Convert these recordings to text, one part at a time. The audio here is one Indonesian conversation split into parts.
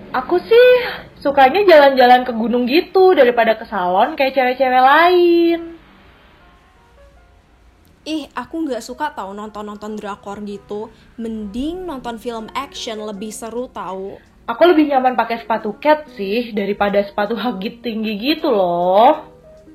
Aku sih sukanya jalan-jalan ke gunung gitu daripada ke salon kayak cewek-cewek lain. Aku nggak suka tau nonton drakor gitu. Mending nonton film action, lebih seru tau. Aku lebih nyaman pakai sepatu cat sih daripada sepatu huggy tinggi gitu loh.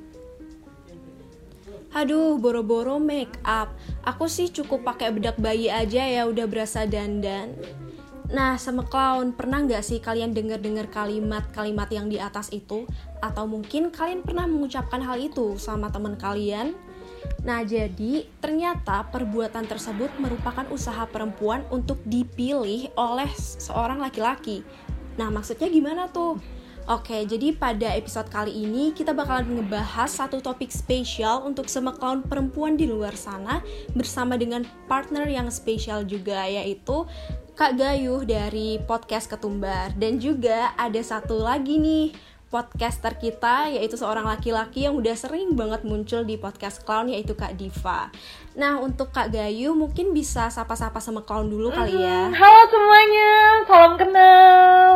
Aduh, boro-boro make up. Aku sih cukup pakai bedak bayi aja ya, udah berasa dandan. Nah, sama clown, pernah nggak sih kalian dengar kalimat-kalimat yang di atas itu? Atau mungkin kalian pernah mengucapkan hal itu sama teman kalian? Nah, jadi ternyata perbuatan tersebut merupakan usaha perempuan untuk dipilih oleh seorang laki-laki. Nah, maksudnya gimana tuh? Oke, jadi pada episode kali ini kita bakalan ngebahas satu topik spesial untuk semua clown perempuan di luar sana bersama dengan partner yang spesial juga, yaitu Kak Gayuh dari podcast Ketumbar. Dan juga ada satu lagi nih podcaster kita, yaitu seorang laki-laki yang udah sering banget muncul di podcast clown, yaitu Kak Diva. Nah, untuk Kak Gayuh mungkin bisa sapa-sapa sama clown dulu kali ya. Halo semuanya, salam kenal.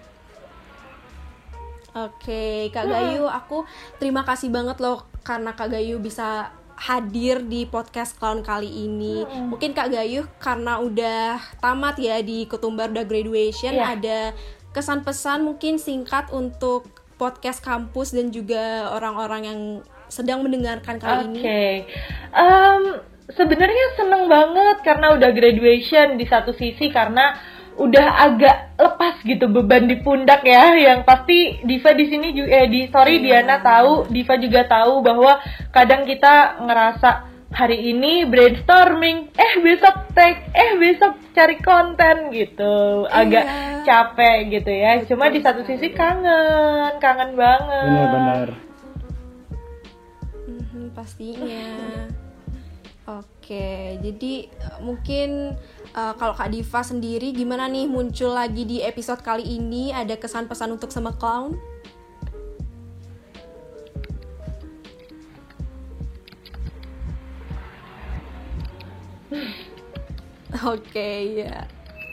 Oke, Kak Gayuh, aku terima kasih banget loh karena Kak Gayuh bisa hadir di podcast clown kali ini. Mungkin Kak Gayuh karena udah tamat ya di Ketumbar, udah graduation, ada kesan pesan mungkin singkat untuk podcast kampus dan juga orang-orang yang sedang mendengarkan kali ini. Oke, sebenarnya seneng banget karena udah graduation di satu sisi, karena udah agak lepas gitu beban di pundak ya, yang pasti Diva di sini juga Diana tahu, Diva juga tahu bahwa kadang kita ngerasa hari ini brainstorming, besok tag, besok cari konten gitu, agak capek gitu ya. Betul, cuma di satu sisi kangen banget. Benar-benar. Pastinya. Oke, jadi mungkin kalau Kak Diva sendiri gimana nih muncul lagi di episode kali ini, ada kesan pesan untuk sama clown? Oke, ya.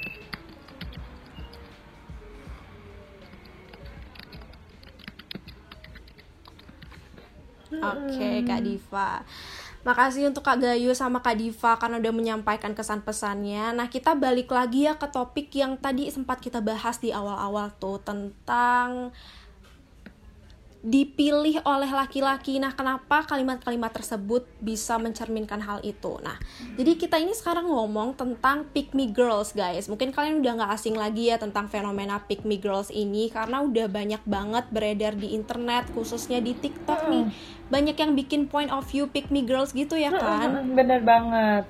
Oke, Kak Diva. Makasih untuk Kak Gayuh sama Kak Diva karena udah menyampaikan kesan pesannya. Nah, kita balik lagi ya ke topik yang tadi sempat kita bahas di awal-awal tuh, tentang dipilih oleh laki-laki. Nah, kenapa kalimat-kalimat tersebut bisa mencerminkan hal itu? Nah, jadi kita ini sekarang ngomong tentang pick me girls, guys. Mungkin kalian udah gak asing lagi ya tentang fenomena pick me girls ini, karena udah banyak banget beredar di internet, khususnya di TikTok nih. Banyak yang bikin point of view pick me girls gitu ya kan? Bener banget.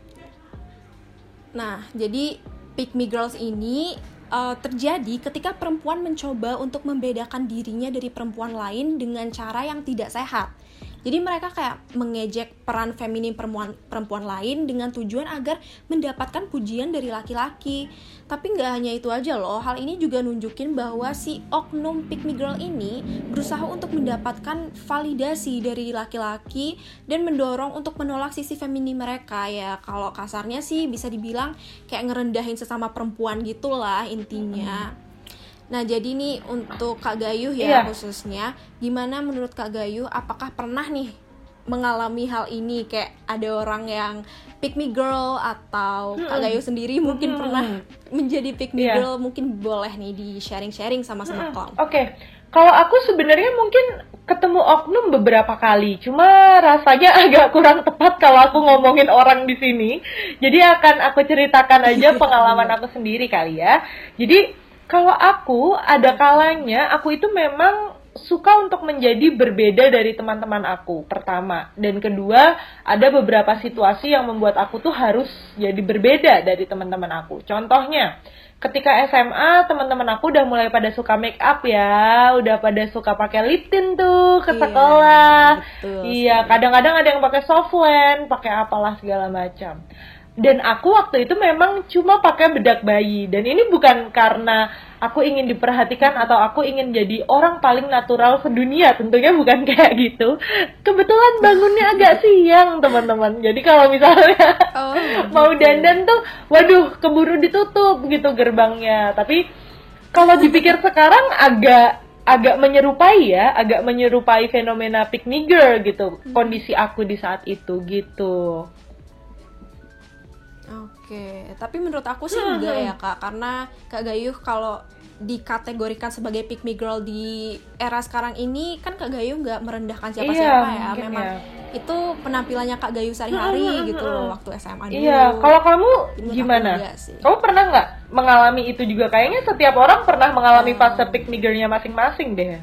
Nah, jadi pick me girls ini terjadi ketika perempuan mencoba untuk membedakan dirinya dari perempuan lain dengan cara yang tidak sehat. Jadi mereka kayak mengejek peran feminim perempuan lain dengan tujuan agar mendapatkan pujian dari laki-laki. Tapi nggak hanya itu aja loh, hal ini juga nunjukin bahwa si oknum pick me girl ini berusaha untuk mendapatkan validasi dari laki-laki dan mendorong untuk menolak sisi feminim mereka. Ya kalau kasarnya sih bisa dibilang kayak ngerendahin sesama perempuan gitulah intinya. Nah, jadi nih untuk Kak Gayuh ya khususnya, gimana menurut Kak Gayuh, apakah pernah nih mengalami hal ini, kayak ada orang yang pick me girl, atau Kak Gayuh sendiri mungkin pernah menjadi pick me girl? Mungkin boleh nih di sharing-sharing sama-sama clown. Oke. Kalau aku sebenarnya mungkin ketemu oknum beberapa kali, cuma rasanya agak kurang tepat kalau aku ngomongin orang di sini. Jadi akan aku ceritakan aja pengalaman aku sendiri kali ya. Jadi kalau aku, ada kalanya aku itu memang suka untuk menjadi berbeda dari teman-teman aku, pertama. Dan kedua, ada beberapa situasi yang membuat aku tuh harus jadi berbeda dari teman-teman aku. Contohnya, ketika SMA, teman-teman aku udah mulai pada suka make up ya, udah pada suka pakai lip tint tuh ke sekolah. Iya, kadang-kadang ada yang pakai soft lens, pakai apalah segala macam. Dan aku waktu itu memang cuma pakai bedak bayi. Dan ini bukan karena aku ingin diperhatikan atau aku ingin jadi orang paling natural sedunia. Tentunya bukan kayak gitu. Kebetulan bangunnya agak siang, teman-teman. Jadi kalau misalnya mau dandan tuh, waduh, keburu ditutup gitu gerbangnya. Tapi kalau dipikir sekarang agak menyerupai fenomena pick me girl gitu, kondisi aku di saat itu gitu. Oke, tapi menurut aku sih enggak ya Kak, karena Kak Gayuh kalau dikategorikan sebagai pick me girl di era sekarang ini kan Kak Gayuh nggak merendahkan siapa-siapa ya, memang itu penampilannya Kak Gayuh sehari-hari gitu loh waktu SMA dulu. Iya, kalau kamu gimana? Kamu pernah nggak mengalami itu juga? Kayaknya setiap orang pernah mengalami fase pick me girl-nya masing-masing deh.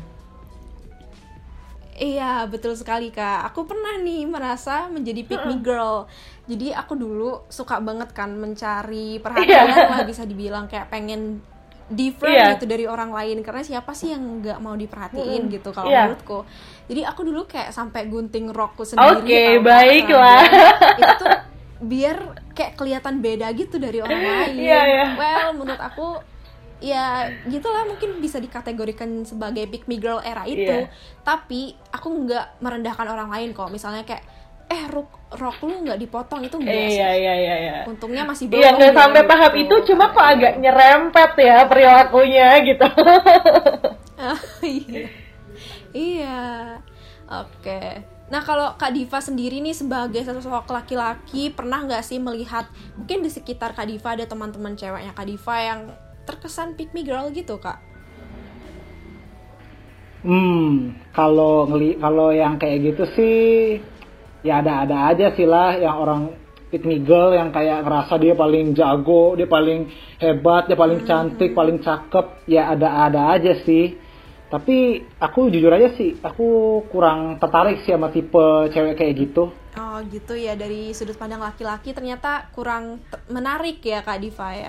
Iya, betul sekali Kak. Aku pernah nih merasa menjadi pick me girl. Jadi aku dulu suka banget kan mencari perhatian lah, bisa dibilang kayak pengen different gitu dari orang lain, karena siapa sih yang nggak mau diperhatiin gitu kalau menurutku. Jadi aku dulu kayak sampai gunting rokku sendiri. Oke, baiklah. Itu tuh biar kayak kelihatan beda gitu dari orang lain. Well, menurut aku ya gitulah, mungkin bisa dikategorikan sebagai pick me girl era itu. Tapi aku nggak merendahkan orang lain kok. Misalnya kayak rok lu nggak dipotong, itu enggak sih. Iya. Untungnya masih belum. Iya, nggak sampai tahap itu, cuma kok agak nyerempet ya perilakunya gitu. Iya. Oke. Nah, kalau Kak Diva sendiri nih sebagai sosok laki-laki, pernah nggak sih melihat mungkin di sekitar Kak Diva ada teman-teman ceweknya Kak Diva yang terkesan pick me girl gitu, Kak? Kalau yang kayak gitu sih ya ada aja sih lah, yang orang pick me girl yang kayak ngerasa dia paling jago, dia paling hebat, dia paling cantik, paling cakep, ya ada aja sih. Tapi aku jujur aja sih, aku kurang tertarik sih sama tipe cewek kayak gitu. Oh gitu ya, dari sudut pandang laki-laki ternyata kurang menarik ya Kak Diva ya.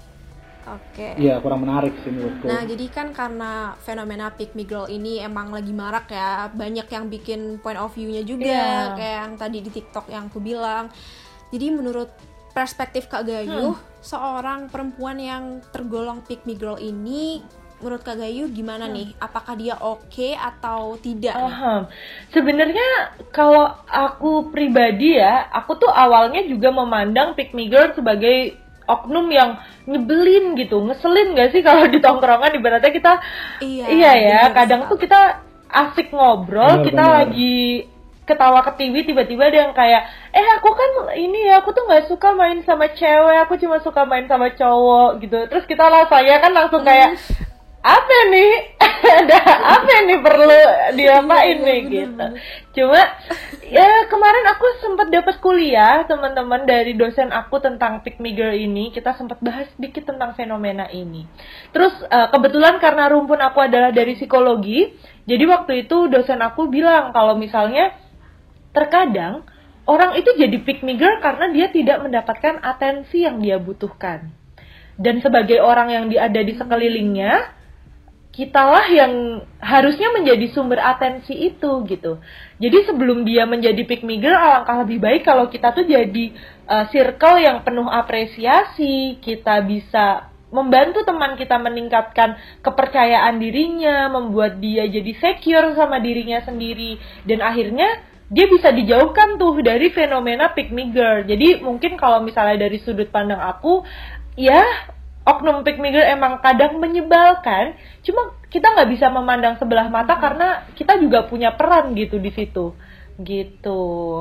Oke. Iya, kurang menarik sih menurutku. Nah, jadi kan karena fenomena pick me girl ini emang lagi marak ya, banyak yang bikin point of view-nya juga, kayak yang tadi di TikTok yang aku bilang. Jadi menurut perspektif Kak Gayuh, seorang perempuan yang tergolong pick me girl ini, menurut Kak Gayuh gimana nih? Apakah dia oke atau tidak? Sebenarnya kalau aku pribadi ya, aku tuh awalnya juga memandang pick me girl sebagai oknum yang nyebelin gitu, ngeselin gak sih kalau di tongkrongan, ibaratnya kita kadang tuh kita asik ngobrol, kita lagi ketawa ketiwi, tiba-tiba ada yang kayak aku kan ini ya, aku tuh nggak suka main sama cewek, aku cuma suka main sama cowok gitu. Terus kita rasanya kan langsung kayak apa nih? Ada apa nih perlu diapain nih gitu. Cuma ya kemarin aku sempat dapat kuliah teman-teman dari dosen aku tentang pick me girl ini. Kita sempat bahas sedikit tentang fenomena ini. Terus kebetulan karena rumpun aku adalah dari psikologi, jadi waktu itu dosen aku bilang kalau misalnya terkadang orang itu jadi pick me girl karena dia tidak mendapatkan atensi yang dia butuhkan. Dan sebagai orang yang ada di sekelilingnya, kitalah yang harusnya menjadi sumber atensi itu gitu. Jadi sebelum dia menjadi pick me girl, alangkah lebih baik kalau kita tuh jadi circle yang penuh apresiasi. Kita bisa membantu teman kita meningkatkan kepercayaan dirinya, membuat dia jadi secure sama dirinya sendiri, dan akhirnya dia bisa dijauhkan tuh dari fenomena pick me girl. Jadi mungkin kalau misalnya dari sudut pandang aku, ya oknum pick me girl emang kadang menyebalkan, cuma kita nggak bisa memandang sebelah mata karena kita juga punya peran gitu di situ, gitu.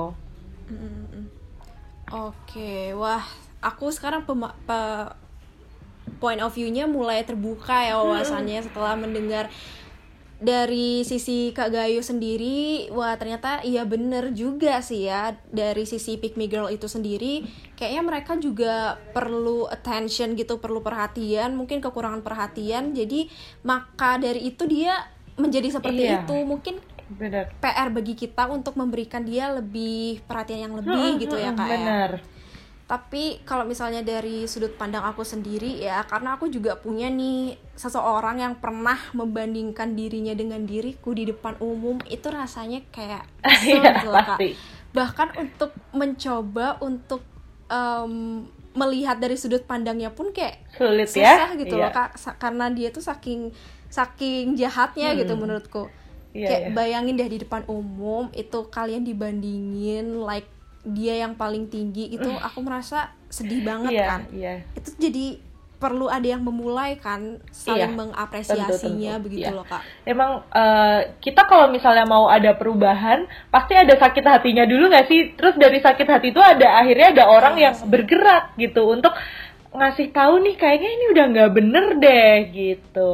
Oke, wah, aku sekarang point of view-nya mulai terbuka ya wawasannya setelah mendengar dari sisi Kak Gayuh sendiri. Wah, ternyata iya bener juga sih ya, dari sisi pick me girl itu sendiri kayaknya mereka juga perlu attention gitu, perlu perhatian, mungkin kekurangan perhatian, jadi maka dari itu dia menjadi seperti itu. Mungkin bener. PR bagi kita untuk memberikan dia lebih perhatian yang lebih gitu ya Kak. Bener. Tapi kalau misalnya dari sudut pandang aku sendiri ya, karena aku juga punya nih seseorang yang pernah membandingkan dirinya dengan diriku di depan umum, itu rasanya kayak gitu Kak. Bahkan untuk mencoba untuk melihat dari sudut pandangnya pun kayak sulit susah gitu loh Kak, karena dia tuh saking jahatnya gitu menurutku. Kayak bayangin deh di depan umum itu kalian dibandingin, like dia yang paling tinggi gitu, aku merasa sedih banget kan. Itu jadi perlu ada yang memulai kan, saling Iya, mengapresiasinya tentu. begitu Iya. loh Kak. Emang kita kalau misalnya mau ada perubahan, pasti ada sakit hatinya dulu nggak sih? Terus dari sakit hati itu akhirnya ada orang Iya yang sih. bergerak gitu untuk ngasih tahu nih kayaknya ini udah nggak bener deh gitu.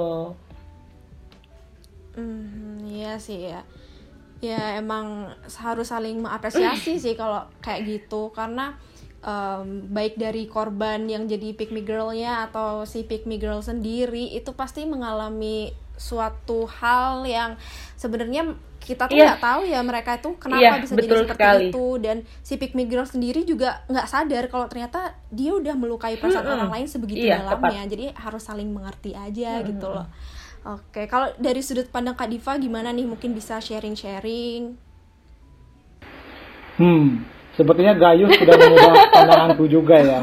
Iya sih ya. Ya emang harus saling mengapresiasi sih kalau kayak gitu, karena baik dari korban yang jadi pick me girl-nya atau si pick me girl sendiri itu pasti mengalami suatu hal yang sebenarnya kita tuh nggak tahu ya mereka itu kenapa bisa jadi betul seperti sekali. itu, dan si pick me girl sendiri juga nggak sadar kalau ternyata dia udah melukai perasaan orang lain sebegitu dalamnya. Jadi harus saling mengerti aja gitu loh. Oke, kalau dari sudut pandang Kak Diva gimana nih, mungkin bisa sharing-sharing? Sepertinya Gayus sudah mengubah pandanganku juga ya.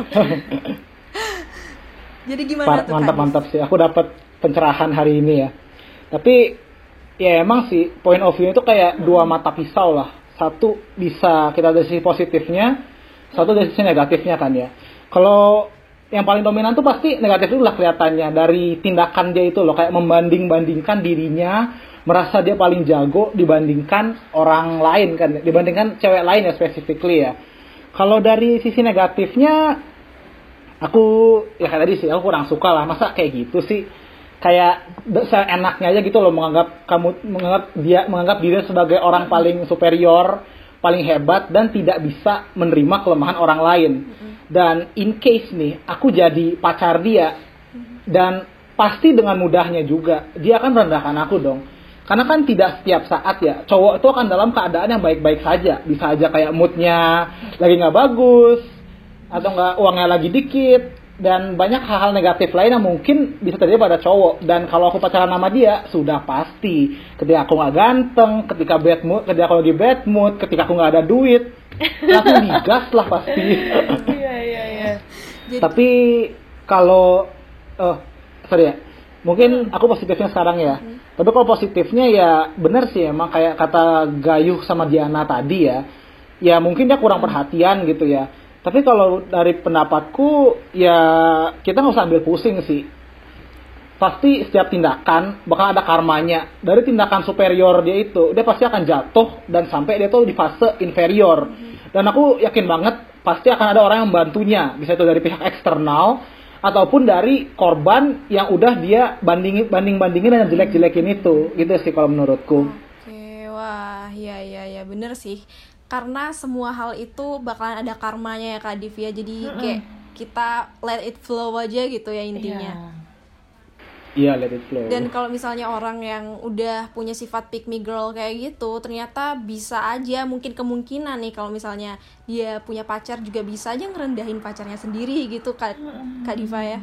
Jadi gimana tuh Kak? Mantap sih, aku dapat pencerahan hari ini ya. Tapi ya emang sih point of view itu kayak dua mata pisau lah. Satu bisa kita dari sisi positifnya, satu dari sisi negatifnya kan ya. Kalau yang paling dominan tuh pasti negatif itu lah kelihatannya dari tindakan dia itu loh, kayak membanding-bandingkan dirinya, merasa dia paling jago dibandingkan orang lain kan, dibandingkan cewek lain ya specifically ya. Kalau dari sisi negatifnya, aku ya kayak tadi sih, aku kurang suka lah, masa kayak gitu sih, kayak seenaknya aja gitu loh menganggap diri sebagai orang paling superior, paling hebat, dan tidak bisa menerima kelemahan orang lain. Dan in case nih aku jadi pacar dia, dan pasti dengan mudahnya juga dia akan rendahkan aku dong. Karena kan tidak setiap saat ya cowok itu akan dalam keadaan yang baik-baik saja. Bisa aja kayak moodnya lagi nggak bagus, atau nggak uangnya lagi dikit, dan banyak hal-hal negatif lain yang mungkin bisa terjadi pada cowok. Dan kalau aku pacaran sama dia, sudah pasti ketika aku nggak ganteng, ketika aku lagi bad mood, ketika aku nggak ada duit, langsung digas lah pasti. Iya. Tapi kalau sorry ya, mungkin aku positifnya sekarang ya. Tapi kalau positifnya ya bener sih, emang kayak kata Gayuh sama Diana tadi ya. Ya mungkin dia kurang perhatian gitu ya. Tapi kalau dari pendapatku ya kita nggak usah ambil pusing sih. Pasti setiap tindakan bakal ada karmanya. Dari tindakan superior dia itu, dia pasti akan jatuh dan sampai dia tuh di fase inferior. Dan aku yakin banget pasti akan ada orang yang membantunya. Bisa itu dari pihak eksternal ataupun dari korban yang udah dia bandingin dan jelek-jelekin itu. Gitu sih kalau menurutku. Oke, wah, ya bener sih. Karena semua hal itu bakalan ada karmanya ya Kak Div ya. Jadi kayak kita let it flow aja gitu ya intinya. Iya, let it flow. Dan kalau misalnya orang yang udah punya sifat pick me girl kayak gitu, ternyata bisa aja mungkin kemungkinan nih kalau misalnya dia punya pacar juga bisa aja ngerendahin pacarnya sendiri gitu Kak Diva ya.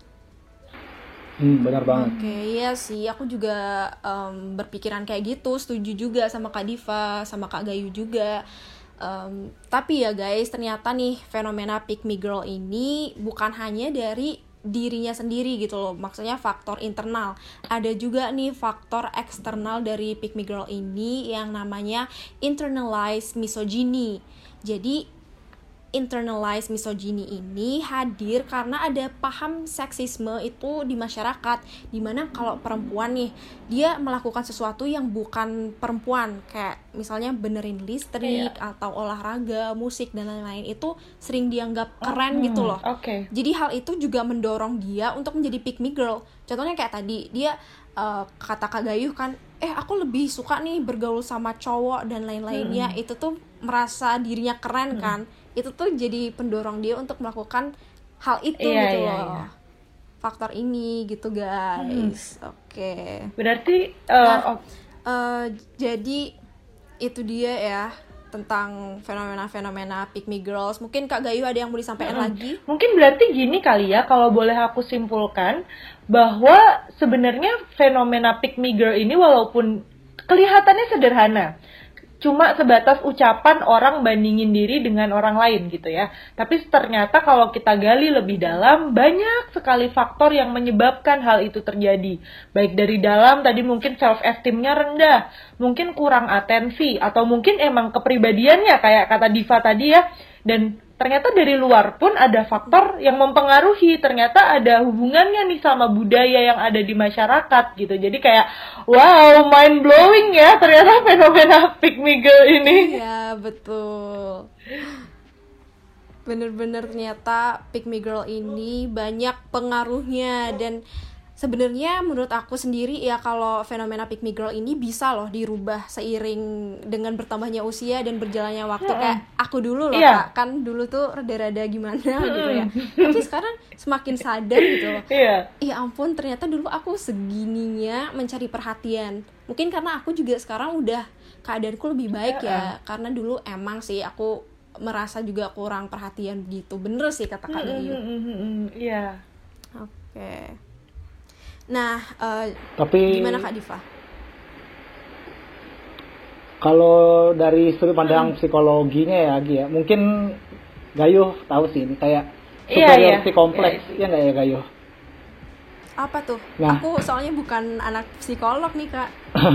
Benar banget. Oke, iya sih, aku juga berpikiran kayak gitu, setuju juga sama Kak Diva, sama Kak Gayu juga. Tapi ya guys, ternyata nih fenomena pick me girl ini bukan hanya dari dirinya sendiri gitu loh, maksudnya faktor internal. Ada juga nih faktor eksternal dari pick me girl ini yang namanya internalized misogyny. Jadi internalized misogyny ini hadir karena ada paham seksisme itu di masyarakat, dimana kalau perempuan nih dia melakukan sesuatu yang bukan perempuan, kayak misalnya benerin listrik atau olahraga, musik dan lain-lain, itu sering dianggap keren gitu loh. Jadi hal itu juga mendorong dia untuk menjadi pick me girl. Contohnya kayak tadi dia kata Kak Gayuh kan, aku lebih suka nih bergaul sama cowok dan lain-lainnya. Itu tuh merasa dirinya keren kan. Itu tuh jadi pendorong dia untuk melakukan hal itu gitu loh. Faktor ini gitu guys. Oke. Berarti jadi itu dia ya tentang fenomena-fenomena pick me girls. Mungkin Kak Gayu ada yang mau disampaikan lagi? Mungkin berarti gini kali ya, kalau boleh aku simpulkan, bahwa sebenarnya fenomena pick me girl ini walaupun kelihatannya sederhana, cuma sebatas ucapan orang bandingin diri dengan orang lain gitu ya. Tapi ternyata kalau kita gali lebih dalam, banyak sekali faktor yang menyebabkan hal itu terjadi. Baik dari dalam, tadi mungkin self-esteem-nya rendah, mungkin kurang atensi, atau mungkin emang kepribadiannya kayak kata Diva tadi ya. Dan ternyata dari luar pun ada faktor yang mempengaruhi, ternyata ada hubungannya nih sama budaya yang ada di masyarakat gitu. Jadi kayak wow, mind blowing ya ternyata fenomena pick me girl ini. Iya, betul. Bener-bener ternyata pick me girl ini banyak pengaruhnya, dan sebenarnya menurut aku sendiri ya kalau fenomena pick me girl ini bisa loh dirubah seiring dengan bertambahnya usia dan berjalannya waktu. Kayak aku dulu loh Kak, kan dulu tuh rada-rada gimana gitu ya, tapi sekarang semakin sadar gitu loh. Ya ampun, ternyata dulu aku segininya mencari perhatian. Mungkin karena aku juga sekarang udah keadaanku lebih baik ya, karena dulu emang sih aku merasa juga kurang perhatian begitu. Bener sih kata Kak Gayu. Iya. Oke. Nah, tapi gimana Kak Diva? Kalau dari sudut pandang psikologinya ya, Gi ya, mungkin Gayo tahu sih ini kayak superiority kompleks, ya nggak ya Gayo? Apa tuh? Nah. Aku soalnya bukan anak psikolog nih Kak.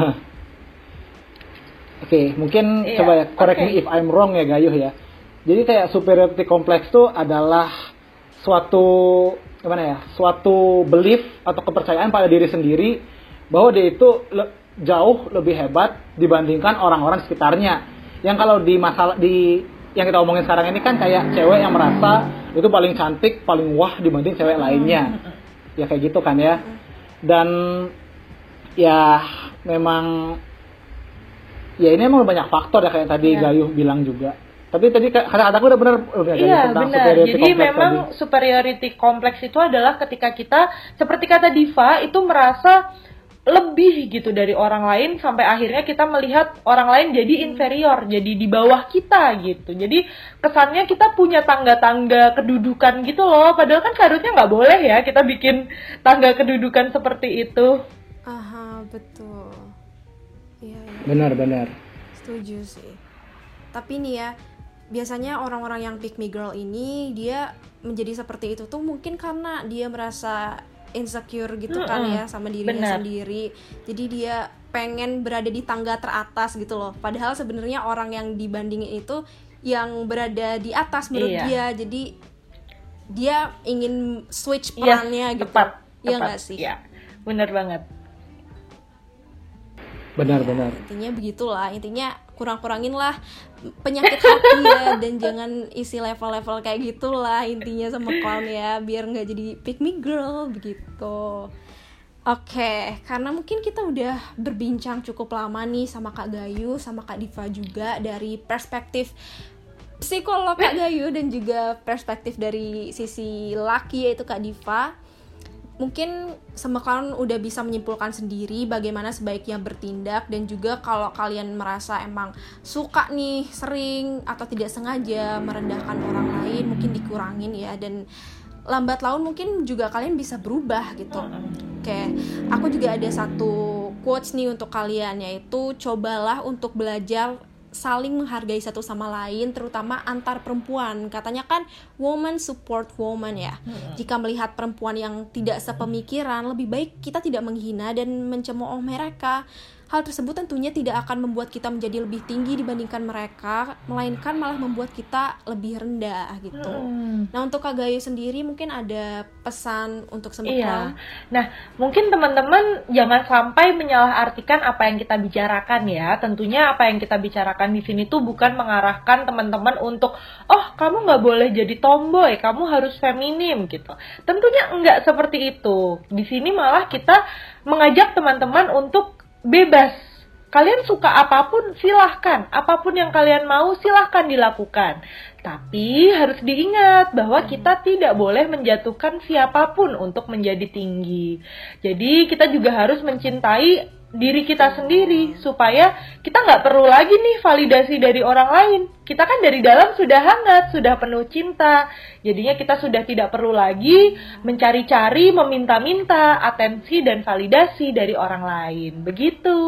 Oke, mungkin coba ya, correct me if I'm wrong ya Gayo ya. Jadi kayak superiority complex itu adalah suatu suatu belief atau kepercayaan pada diri sendiri bahwa dia itu jauh lebih hebat dibandingkan orang-orang sekitarnya. Yang kalau yang kita omongin sekarang ini kan kayak cewek yang merasa itu paling cantik, paling wah dibanding cewek lainnya. Ya kayak gitu kan ya. Dan ya memang ya ini emang banyak faktor ya kayak tadi Gayo bilang juga. Tapi tadi kata-kataku udah benar. Iya benar. Jadi memang superiority complex itu adalah ketika kita seperti kata Diva itu merasa lebih gitu dari orang lain sampai akhirnya kita melihat orang lain jadi inferior, jadi di bawah kita gitu. Jadi kesannya kita punya tangga-tangga kedudukan gitu loh. Padahal kan seharusnya nggak boleh ya kita bikin tangga kedudukan seperti itu. Aha, betul. Iya. Benar. Setuju sih. Tapi nih ya, biasanya orang-orang yang pick me girl ini dia menjadi seperti itu tuh mungkin karena dia merasa insecure gitu kan ya sama dirinya sendiri. Jadi dia pengen berada di tangga teratas gitu loh. Padahal sebenarnya orang yang dibandingin itu yang berada di atas menurut dia. Jadi dia ingin switch perannya gitu. Tepat. Iya nggak sih? Iya, benar banget. Benar. Intinya begitulah. Intinya kurang-kurangin lah penyakit hati ya, dan jangan isi level-level kayak gitulah intinya sama clown ya, biar nggak jadi pick me girl begitu. Oke, karena mungkin kita udah berbincang cukup lama nih sama Kak Gayu, sama Kak Diva juga dari perspektif psikolog Kak Gayu dan juga perspektif dari sisi laki yaitu Kak Diva. Mungkin sama kalian udah bisa menyimpulkan sendiri bagaimana sebaiknya bertindak, dan juga kalau kalian merasa emang suka nih sering atau tidak sengaja merendahkan orang lain mungkin dikurangin ya, dan lambat laun mungkin juga kalian bisa berubah gitu. Oke, aku juga ada satu quotes nih untuk kalian, yaitu cobalah untuk belajar saling menghargai satu sama lain, terutama antar perempuan. Katanya kan woman support woman ya. Jika melihat perempuan yang tidak sepemikiran, lebih baik kita tidak menghina dan mencemooh mereka. Hal tersebut tentunya tidak akan membuat kita menjadi lebih tinggi dibandingkan mereka, melainkan malah membuat kita lebih rendah gitu. Nah, untuk Kak Gayu sendiri mungkin ada pesan untuk semua. Nah, mungkin teman-teman jangan sampai menyalahartikan apa yang kita bicarakan ya. Tentunya apa yang kita bicarakan di sini tuh bukan mengarahkan teman-teman untuk kamu nggak boleh jadi tomboy, kamu harus feminim gitu. Tentunya enggak seperti itu. Di sini malah kita mengajak teman-teman untuk bebas. Kalian suka apapun silahkan, apapun yang kalian mau silahkan dilakukan. Tapi harus diingat bahwa kita tidak boleh menjatuhkan siapapun untuk menjadi tinggi. Jadi kita juga harus mencintai diri kita sendiri supaya kita nggak perlu lagi nih validasi dari orang lain. Kita kan dari dalam sudah hangat, sudah penuh cinta. Jadinya kita sudah tidak perlu lagi mencari-cari, meminta-minta atensi dan validasi dari orang lain. Begitu.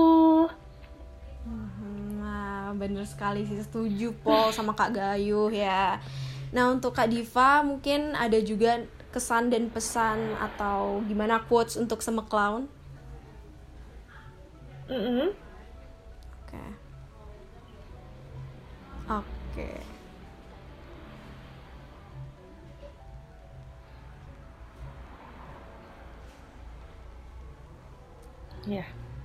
Nah, bener sekali sih, setuju Pol sama Kak Gayu ya. Nah, untuk Kak Diva mungkin ada juga kesan dan pesan atau gimana quotes untuk sama clown? Oke. Iya.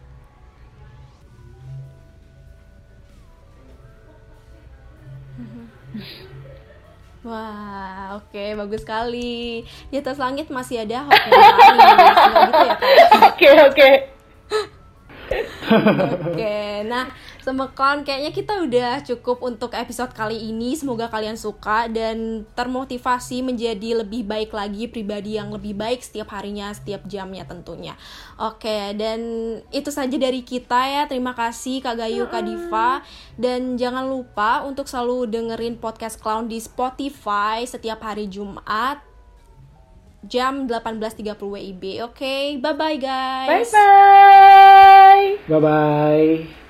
Wah, oke, bagus sekali. Di atas langit masih ada hope yang lain. Nggak gitu ya, Kak? Oke. Oke, nah sama kawan kayaknya kita udah cukup untuk episode kali ini. Semoga kalian suka dan termotivasi menjadi lebih baik lagi, pribadi yang lebih baik setiap harinya, setiap jamnya tentunya. Oke, dan itu saja dari kita ya. Terima kasih Kak Gayu, Kak Diva. Dan jangan lupa untuk selalu dengerin podcast Clown di Spotify setiap hari Jumat jam 18.30 WIB. Oke, bye-bye guys. Bye-bye. Bye bye.